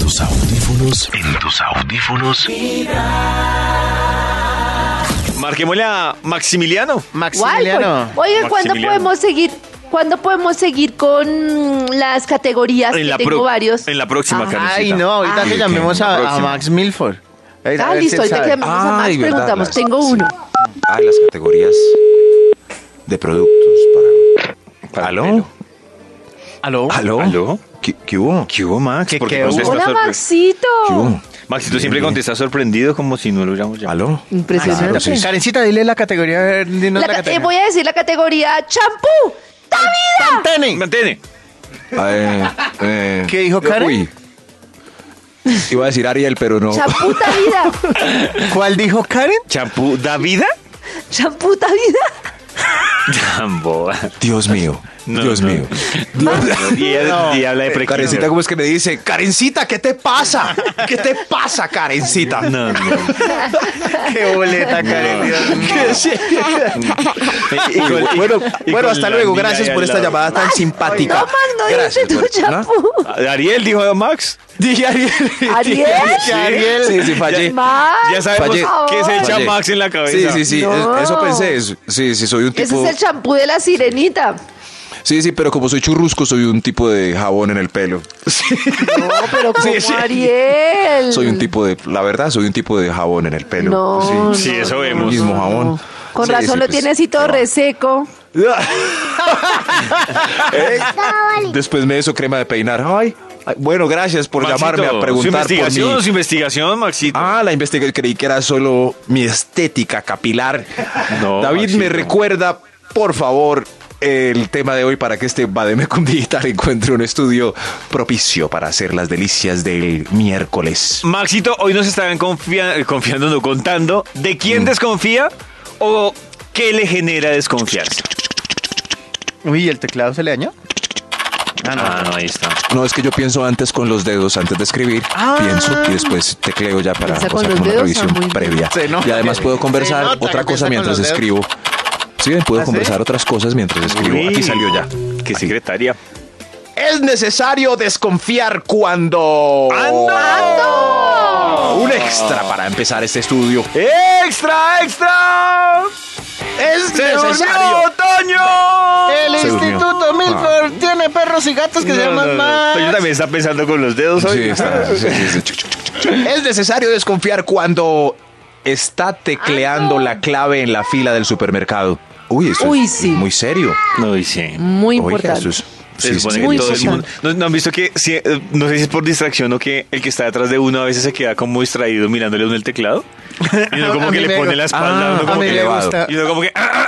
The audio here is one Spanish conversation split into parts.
tus audífonos. En tus audífonos. Marquémosle a Maximiliano. Maximiliano. Oigan, ¿cuándo podemos seguir con las categorías? En Que la tengo varios. En la próxima, Karencita. Ay, no, ahorita que llamemos a Max Milford. A ver si Listo, él ahorita que sabe. llamemos a Max, Ay, verdad, preguntamos. las- Tengo uno. Las categorías de productos para el ¿Aló? pelo. ¿Aló? ¿Aló? ¿Aló? ¿Qué hubo? ¿Qué hubo, Max? ¿Qué Porque hubo? contesta Hola, sorpre- Maxito. ¿Qué hubo? Maxito siempre contesta sorprendido como si no lo hubiéramos llamado. ¿Aló? Impresionante. Claro, sí. Karencita, dile la categoría. A ver, dinos la categoría. Voy a decir la categoría champú. Pantene. Mantene. ¿Qué dijo Karen? Uy. Iba a decir Ariel, pero no. Champú vida. ¿Cuál dijo Karen? ¿Champú da vida? Champú vida. Tan boba. Dios mío. No, Dios no. mío. Y habla de prequincer. Karencita, ¿cómo es que me dice? Karencita, ¿qué te pasa? ¿Qué te pasa, Karencita? No. Qué boleta, Karen. Dios mío. Bueno, hasta luego. Gracias por esta llamada tan simpática. No, Max, no dijiste tu por- champú. Ariel dijo Max. Dije Ariel. ¿Ariel? Dije Ariel. Sí, fallé. Max. Ya sabemos Fallé. qué se echa Fallé. Max en la cabeza. Sí. No. Eso pensé. Sí, soy un tipo. Ese es el champú de la sirenita. Sí, pero como soy churrusco, soy un tipo de jabón en el pelo. No, pero como Sí. Ariel. Soy un tipo de. La verdad, soy un tipo de jabón en el pelo. No, Sí, no, eso no, vemos. El mismo jabón. Con Sí, razón sí, lo pues, tiene así todo reseco. Después me hizo crema de peinar. Ay, bueno, gracias por Maxito, llamarme a preguntar por mí. su investigación, Maxito. La investigación, creí que era solo mi estética capilar. No, David, Maxito. me recuerda, por favor, el tema de hoy para que este Bademecum Digital encuentre un estudio propicio para hacer las delicias del miércoles. Maxito, hoy nos estaban confiando, no contando, ¿de quién desconfía o qué le genera desconfianza? Uy, ¿el teclado se le dañó? No, ahí está. No, es que yo pienso antes con los dedos, antes de escribir, pienso y después tecleo ya para Piensa con hacer los una dedos, revisión muy bien. previa. Se nota Y además que- puedo se conversar nota otra que cosa piensa con mientras los dedos. escribo. Sí, puedo ¿Ah, sí? conversar otras cosas mientras escribo. Uy, Aquí salió ya. ¿Qué secretaria? Es necesario desconfiar cuando... ¡Ando! Un extra para empezar este estudio. ¡Extra, extra! Es ¡Se durmió, necesario. Toño! El Se durmió. Instituto Milford tiene perros y gatos que se llaman Max. Toño también está pensando con los dedos hoy. Sí, está. Sí. Es necesario desconfiar cuando está tecleando la clave en la fila del supermercado. Uy, eso Uy, es sí. muy serio. No, dice. Muy Oiga, importante. eso es... Se supone muy que todo el mundo. importante. ¿No han visto que, no sé si es por distracción o que el que está detrás de uno a veces se queda como distraído mirándole a uno el teclado? Y uno como A que mí le me pone gusta. la espalda, uno A como mí que me elevado. gusta. Y uno como que.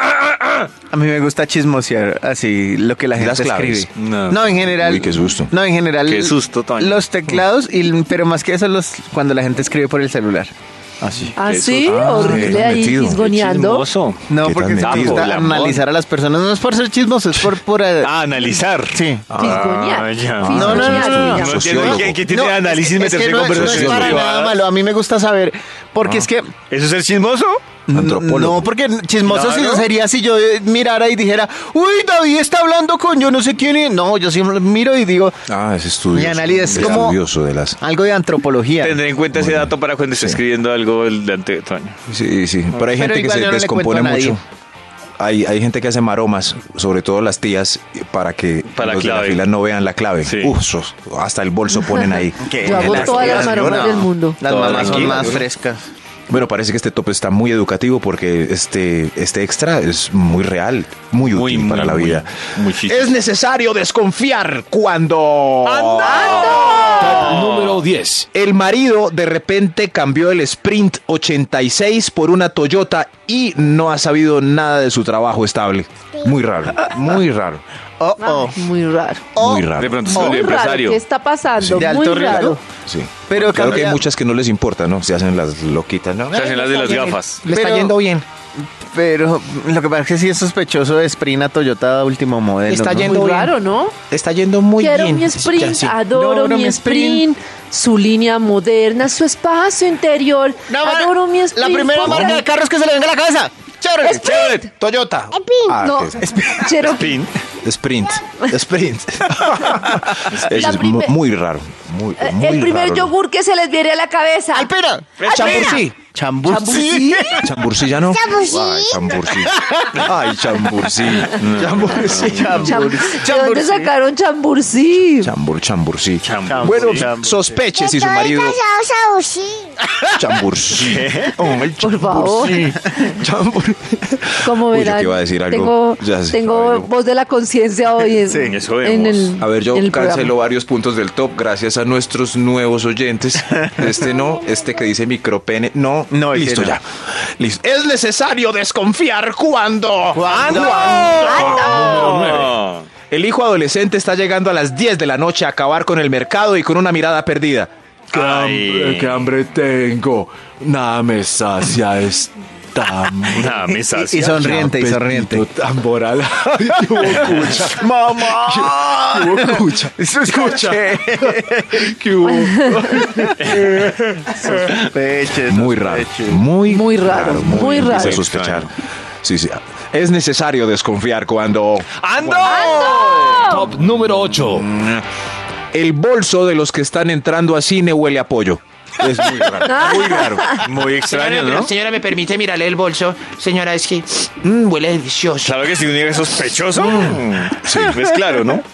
A mí me gusta chismosear así lo que la gente Las claves. escribe. No. En general. Uy, qué susto. No, en general. Qué susto, Toño. Los teclados, pero más que eso, cuando la gente escribe por el celular. Así. ¿Ah, Eso- sí? Horrible qué ahí metido. fisgoneando. Chismoso. No, ¿Qué porque tan se metido? gusta La moda. analizar a las personas. No es por ser chismoso, es por Analizar. sí. Fisgonear. ya. No, no, no, no. No Sociólogo. entiendo qué tiene de análisis es meterse que en no es conversaciones para nada privadas. malo. A mí me gusta saber, porque es que ¿Eso es ser chismoso? Antropólogo. no, porque chismoso Claro. sería si yo mirara y dijera, uy, David está hablando con yo no sé quién. No, yo siempre miro y digo Es estudioso. Mi análisis es como- estudioso de las... algo de antropología. Tendré en cuenta ese dato para cuando esté escribiendo algo delante de Toño. Sí. Pero hay gente que igual se yo no le descompone cuento a nadie. mucho. Hay gente que hace maromas, sobre todo las tías, para que Para la los de la clave. fila no vean la clave. Sí. Hasta el bolso ponen ahí. Yo hago todas las maromas del mundo. Las Todas mamás aquí. son más frescas. Bueno, parece que este top está muy educativo porque este extra es muy real, muy útil para la vida. Muy chistoso. Es necesario desconfiar cuando... Top número 10. El marido de repente cambió el Sprint 86 por una Toyota y no ha sabido nada de su trabajo estable. Muy raro, muy raro, Muy raro. muy raro. De pronto se Muy volvió raro. empresario. ¿Qué está pasando? ¿De Muy alto riesgo? raro. Sí. Pero Claro que hay cambia- muchas que no les importa, ¿no? Se hacen las loquitas, ¿no? Se hacen las de las gafas. Le está Pero- yendo bien. Pero lo que pasa es que sí es sospechoso de Sprint a Toyota último modelo. Está ¿no? yendo Muy bien. raro, ¿no? Le está yendo muy Quiero bien. mi Sprint, Ya, sí. adoro mi Sprint, su línea moderna, su espacio interior. Adoro mi Sprint. La primera ¿por marca qué? de carros que se le venga a la cabeza. Chévere. Sprint. Toyota. No, ¿qué es? Cherokee. Spin. Sprint. Eso es primer- muy raro. Muy El primer raro. yogur que se les viene a la cabeza. ¡Alpera! Chambursí. ¿Chambursí? Chambursí ya no. Chambursí. Ay, chambursí. Ay, chambursí. Chambursí. ¿De dónde sacaron chambursí? Chambursí. Chambursí. Bueno, Chambursí. sospeche si su Estoy marido. casado, sí. Chambursí. Oh, el Por favor. chambursí. Como Uy, yo verán, que iba a decir algo. tengo, Ya sé. tengo A ver, voz de la conciencia hoy en, eso en vemos. el A ver, yo en el cancelo programa. varios puntos del top gracias a nuestros nuevos oyentes. Este no, este que dice micropene, no, No, ese listo no. ya. Listo. Es necesario desconfiar cuando. Número 9. El hijo adolescente está llegando a las 10 de la noche a acabar con el mercado y con una mirada perdida. Qué hambre tengo. Nada me sacia esta. Nada, me sacia. Y sonriente, y sonriente. Tamboral. ¡Mamá! Escucha. Escucha. ¿Qué hubo? Sospeche, Muy raro. sospeche. Muy raro, muy empieza raro. a sospechar. Sí, sí. Es necesario desconfiar cuando ¡Ando! Top número 8. el bolso de los que están entrando a cine huele a pollo. Es muy raro. Muy raro. Muy extraño, ¿no? Señora, ¿me permite mirarle el bolso? Señora, es que huele delicioso. Claro que si uno llega sospechoso. Sí, es claro, ¿no?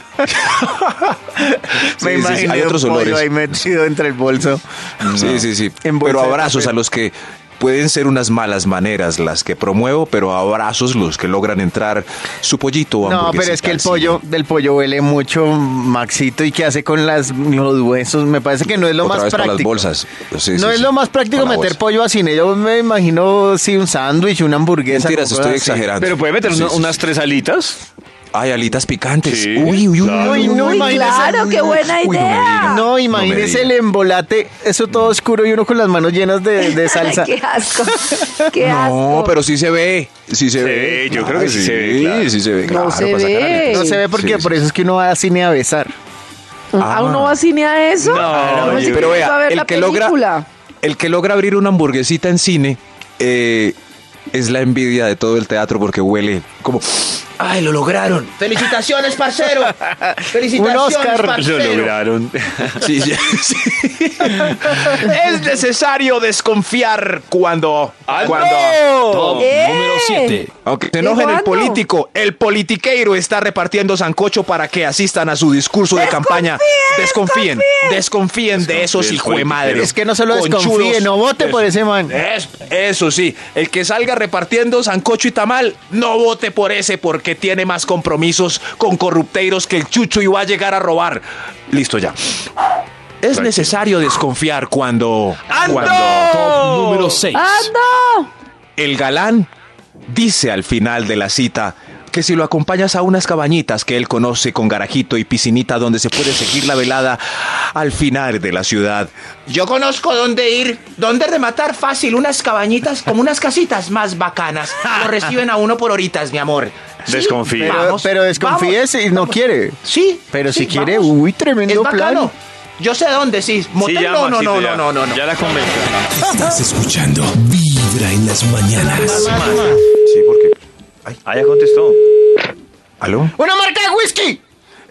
Me Sí, sí, sí, imagino hay otros un pollo olores. ahí metido entre el bolso. Sí, sí, sí. En bolsa Pero de abrazos papel. a los que pueden ser unas malas maneras las que promuevo, pero abrazos los que logran entrar su pollito o No, pero es que el hamburguesita, pollo, del pollo huele mucho, Maxito, y qué hace con los huesos. Me parece que no es lo Otra más vez para las práctico. bolsas. Sí, No sí, es sí. lo más práctico Para la meter bolsa. pollo a cine. Yo me imagino, sí, un sándwich, una hamburguesa. Mentiras, con estoy cosas así. exagerando. Pero puede meter Sí, sí, unas sí. 3 alitas. Ay, alitas picantes. Sí, Uy, uy, uy. claro. Uy, no, Uy, imagínese. claro, qué buena Uy, no me idea. diga. No, me imagínese diga. el embolate, eso todo oscuro y uno con las manos llenas de salsa. Qué asco. Qué No, asco. pero sí se ve. Sí se Sí, ve. yo creo que sí se ve, claro. Sí se ve. No claro, se para sacar ve. alitas. No se ve porque Sí, por sí. eso es que uno va a cine a besar. ¿A uno va a cine a eso? No, Yo pensé que Pero iba a vea, ver la película. el que logra abrir una hamburguesita en cine es la envidia de todo el teatro porque huele como... ¡Ay, lo lograron! ¡Felicitaciones, parcero! Un ¡Felicitaciones, Oscar. Lo parcero! lograron. Sí, sí, sí. Es necesario desconfiar cuando... Top número 7. Aunque se enojen el ¿Cuándo? político, el politiqueiro está repartiendo sancocho para que asistan a su discurso de campaña. Desconfíen de esos hijuemadres. Es que no solo desconfíe, conchudos. no vote por ese man. Eso sí, el que salga repartiendo sancocho y tamal, no vote por ese porque tiene más compromisos con corrupteiros que el chucho y va a llegar a robar. Listo ya. Es necesario desconfiar cuando Top número 6. ¡Ando! el galán dice al final de la cita que si lo acompañas a unas cabañitas que él conoce con garajito y piscinita donde se puede seguir la velada al final de la ciudad. Yo conozco dónde ir, dónde rematar fácil, unas cabañitas, como unas casitas más bacanas. Lo reciben a uno por horitas, mi amor. Sí, Desconfía. vamos, Pero desconfíe vamos. si no quiere. Sí. Pero sí, si quiere, vamos. uy, tremendo Es bacano. plan. Yo sé dónde, sí. Sí, Motel, ya, no, no, Maxito, no, ya. no, no, no. Ya la convenció. Estás escuchando Vibra en las mañanas. Sí, porque... Ah, ya contestó. ¿Aló? ¡Una marca de whisky!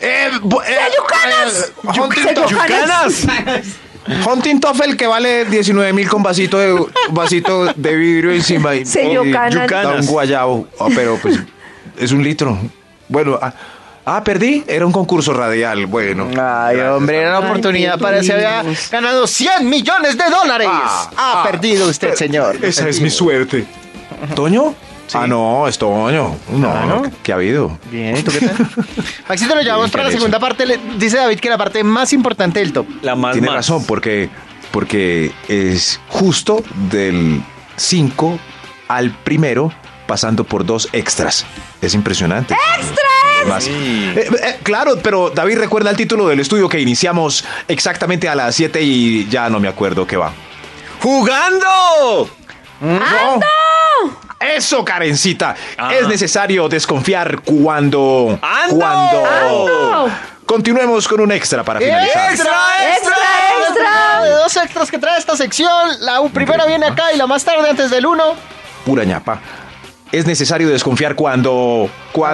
¡Yucanas! Hunting Toffel que vale 19.000 con vasito de vidrio encima. Y, Sello y Canas. da un guayabo. Pero pues es un litro. Bueno, perdí. Era un concurso radial. Bueno. Ay, hombre, era una oportunidad para se había ganado 100 millones de dólares. Ha perdido usted, señor. Esa es mi suerte. ¿Toño? No, es Toño. No, ¿no? ¿qué ha habido? Bien, ¿y tú qué tal? Maxito, lo llevamos Bien, para la bien segunda parte. Dice David que la parte más importante del top. La más Tiene más. razón, porque es justo del 5 al primero, pasando por 2 extras. Es impresionante. Más. Claro, pero David recuerda el título del estudio que iniciamos exactamente a las 7 y ya no me acuerdo qué va. ¡Jugando! ¡No! Eso, Karencita. Ah. Es necesario desconfiar cuando... ¡Ando! ¡Ando! Continuemos con un extra para finalizar. ¡Extra, extra! De 2 extras que trae esta sección. La primera viene acá y la más tarde antes del 1. Pura ñapa. Es necesario desconfiar cuando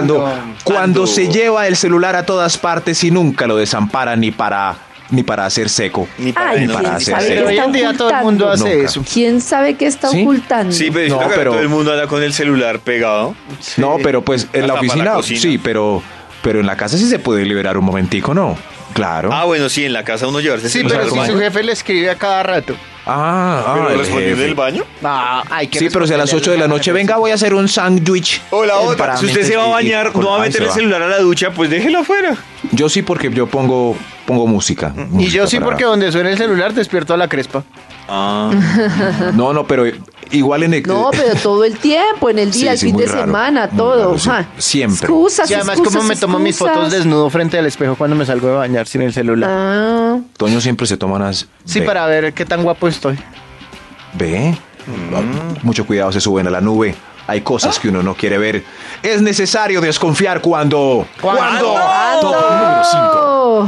se lleva el celular a todas partes y nunca lo desampara ni para hacer seco. Ni para Ay, no para ¿quién hacer sabe seco. qué Hoy está en día todo el mundo ocultando? hace Nunca. eso. ¿Quién sabe qué está ¿Sí? ocultando? Sí, pero, yo No, creo que pero- todo el mundo anda con el celular pegado. No, pero pues en la Hasta para oficina, la cocina. sí, pero en la casa sí se puede liberar un momentico, ¿no? Claro. Ah, bueno, sí, en la casa uno llevarse el Sí, celular. pero si al su baño. jefe le escribe a cada rato. ¿Pero el respondiendo jefe. del baño? Hay que Sí, pero si a las 8 de la noche, venga, voy a hacer un sándwich. O la otra, para si usted mí, se va a y- bañar, con- no va a ahí meter se el va. celular a la ducha, pues déjelo afuera. Yo sí, porque yo pongo música. Y yo música sí, para- porque donde suena el celular despierto a la crespa. Ah, No, pero igual en el... No, pero todo el tiempo, en el día, el Sí, fin muy de raro, semana, muy todo. raro, sí. Ja. Siempre. Excusas, Y además, excusas, como me tomo mis excusas. fotos desnudo frente al espejo cuando me salgo de bañar sin el celular. Ah, Toño siempre se toma unas... Sí, ve, para ver qué tan guapo estoy. Ve. Mucho cuidado, se suben a la nube. Hay cosas que uno no quiere ver. Es necesario desconfiar cuando... Top número 5. oh,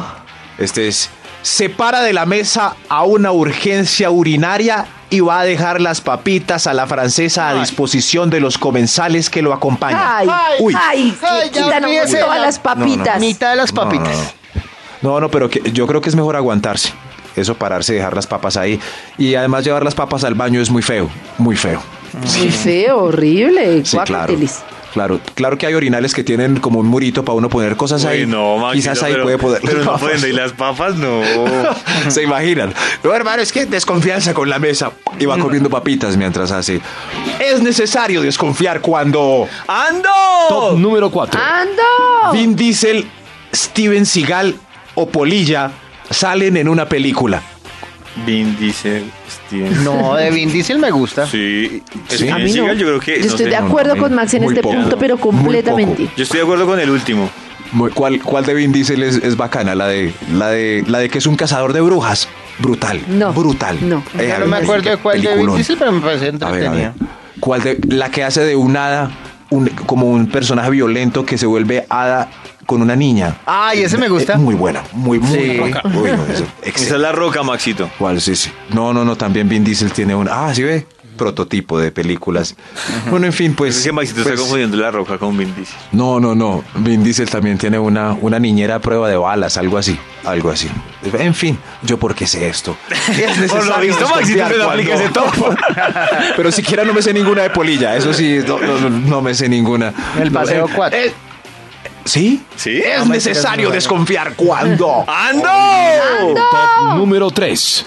Se para de la mesa a una urgencia urinaria y va a dejar las papitas a la francesa a disposición de los comensales que lo acompañan. ay, Uy. ay, Ay, ya quítanos olvídese todas la- las papitas. Mitad de las papitas. No, pero yo creo que es mejor aguantarse. Eso, pararse, dejar las papas ahí. Y además llevar las papas al baño es muy feo, muy feo. Muy feo, horrible. Sí, claro. Guácateles. Claro que hay orinales que tienen como un murito para uno poner cosas ahí. Uy, no, Maxito, Quizás ahí pero- puede poner. Pero no papas. pueden ir las papas, no. Se imaginan. No, hermano, es que desconfianza con la mesa. Y va comiendo papitas mientras hace. Es necesario desconfiar cuando ¡Ando! Top número 4. ¡Ando! Vin Diesel, Steven Seagal o Polilla salen en una película. Vin Diesel, Steven. No, de Vin Diesel me gusta. Sí, Sí. A mí no. Seagal, yo creo que. Yo no estoy sé. de acuerdo no, con Max en muy este poco, punto, pero muy completamente. poco. Yo estoy de acuerdo con el último. ¿Cuál de Vin Diesel es bacana? La de que es un cazador de brujas. Brutal. No. Brutal. No. Yo no me acuerdo de cuál de Vin Diesel, pero me parece A ver, entretenido. ¿Cuál de la que hace de un hada, como un personaje violento que se vuelve hada con una niña? Ay, ese me gusta. Muy buena, muy Sí. bacana. Uy, no, eso, Esa excelente. es la roca, Maxito. ¿Cuál? Sí. No, también Vin Diesel tiene un... ¿sí ve? Prototipo de películas. Bueno, en fin, pues... Es que Maxito está pues, confundiendo la roca con Vin Diesel. No. Vin Diesel también tiene una niñera a prueba de balas, algo así. En fin, ¿yo por qué sé esto? Es necesario Por lo visto, Maxito desconfiar se lo aplica ese cuando- Pero siquiera no me sé ninguna de Polilla. Eso sí, no me sé ninguna. El paseo 4. ¿Sí? ¿Sí? Es No, necesario mentira, desconfiar cuando... ¡Ando! Top número 3.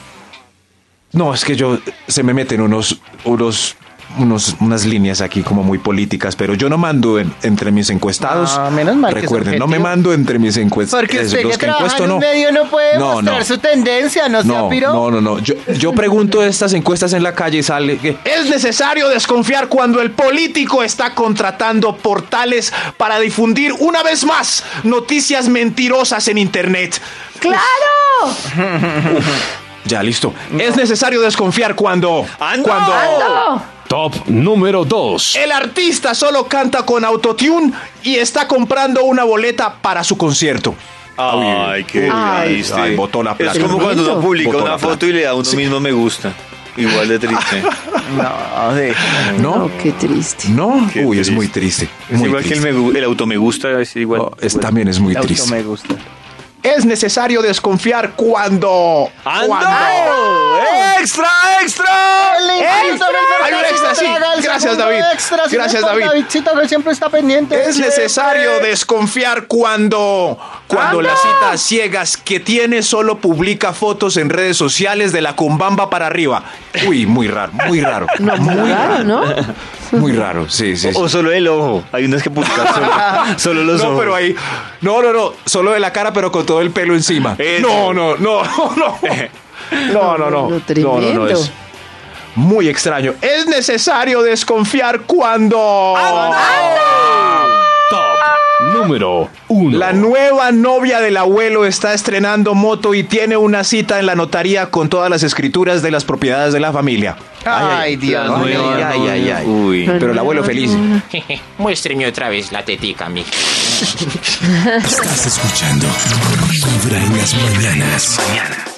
No, es que se me meten unas líneas aquí como muy políticas, pero yo no mando entre mis encuestados. Menos mal que es Recuerden, no me objetivo. mando entre mis encuestados. Porque usted los que trabaja encuesto, en un no. medio no puede No, mostrar no. su tendencia, ¿no se apiró? No. Yo pregunto estas encuestas en la calle y sale que es necesario desconfiar cuando el político está contratando portales para difundir una vez más noticias mentirosas en internet. ¡Claro! Ya, listo. Es necesario desconfiar cuando... ¡Ando! Cuando... ¡Ando! Top número 2. El artista solo canta con autotune y está comprando una boleta para su concierto. Ay, qué Ay. triste. Ay, botó la plata. Es como cuando uno publica Botó una la plata. foto y le da a uno mismo me gusta. Igual de triste. No, sí. ¿No? No, qué triste. ¿No? Qué Uy, es triste. muy triste. Es muy igual triste. que el auto me gusta, es igual. Oh, también es muy El auto triste. me gusta. Es necesario desconfiar cuando... ¡Ando! ¡Extra, extra! Hay un extra, sí. Gracias, David. Gracias, David. Davidcito, que siempre está pendiente. Es necesario desconfiar cuando las citas ciegas que tiene solo publica fotos en redes sociales de la cumbamba para arriba. Uy, muy raro, muy raro. No, muy raro, ¿no? Muy raro, sí. O solo el ojo. Hay unos que publican solo los No, ojos. pero ahí. No. Solo de la cara, pero con todo el pelo encima. Eso. No. No, tremendo. es muy extraño. Es necesario desconfiar cuando Top número 1. la nueva novia del abuelo está estrenando moto y tiene una cita en la notaría con todas las escrituras de las propiedades de la familia. Ay, Dios La mío. nueva ay, novia. ay, ay. Uy. Pero el abuelo feliz. Muéstreme otra vez la tetica, mija. Estás escuchando Vibra en las mañanas.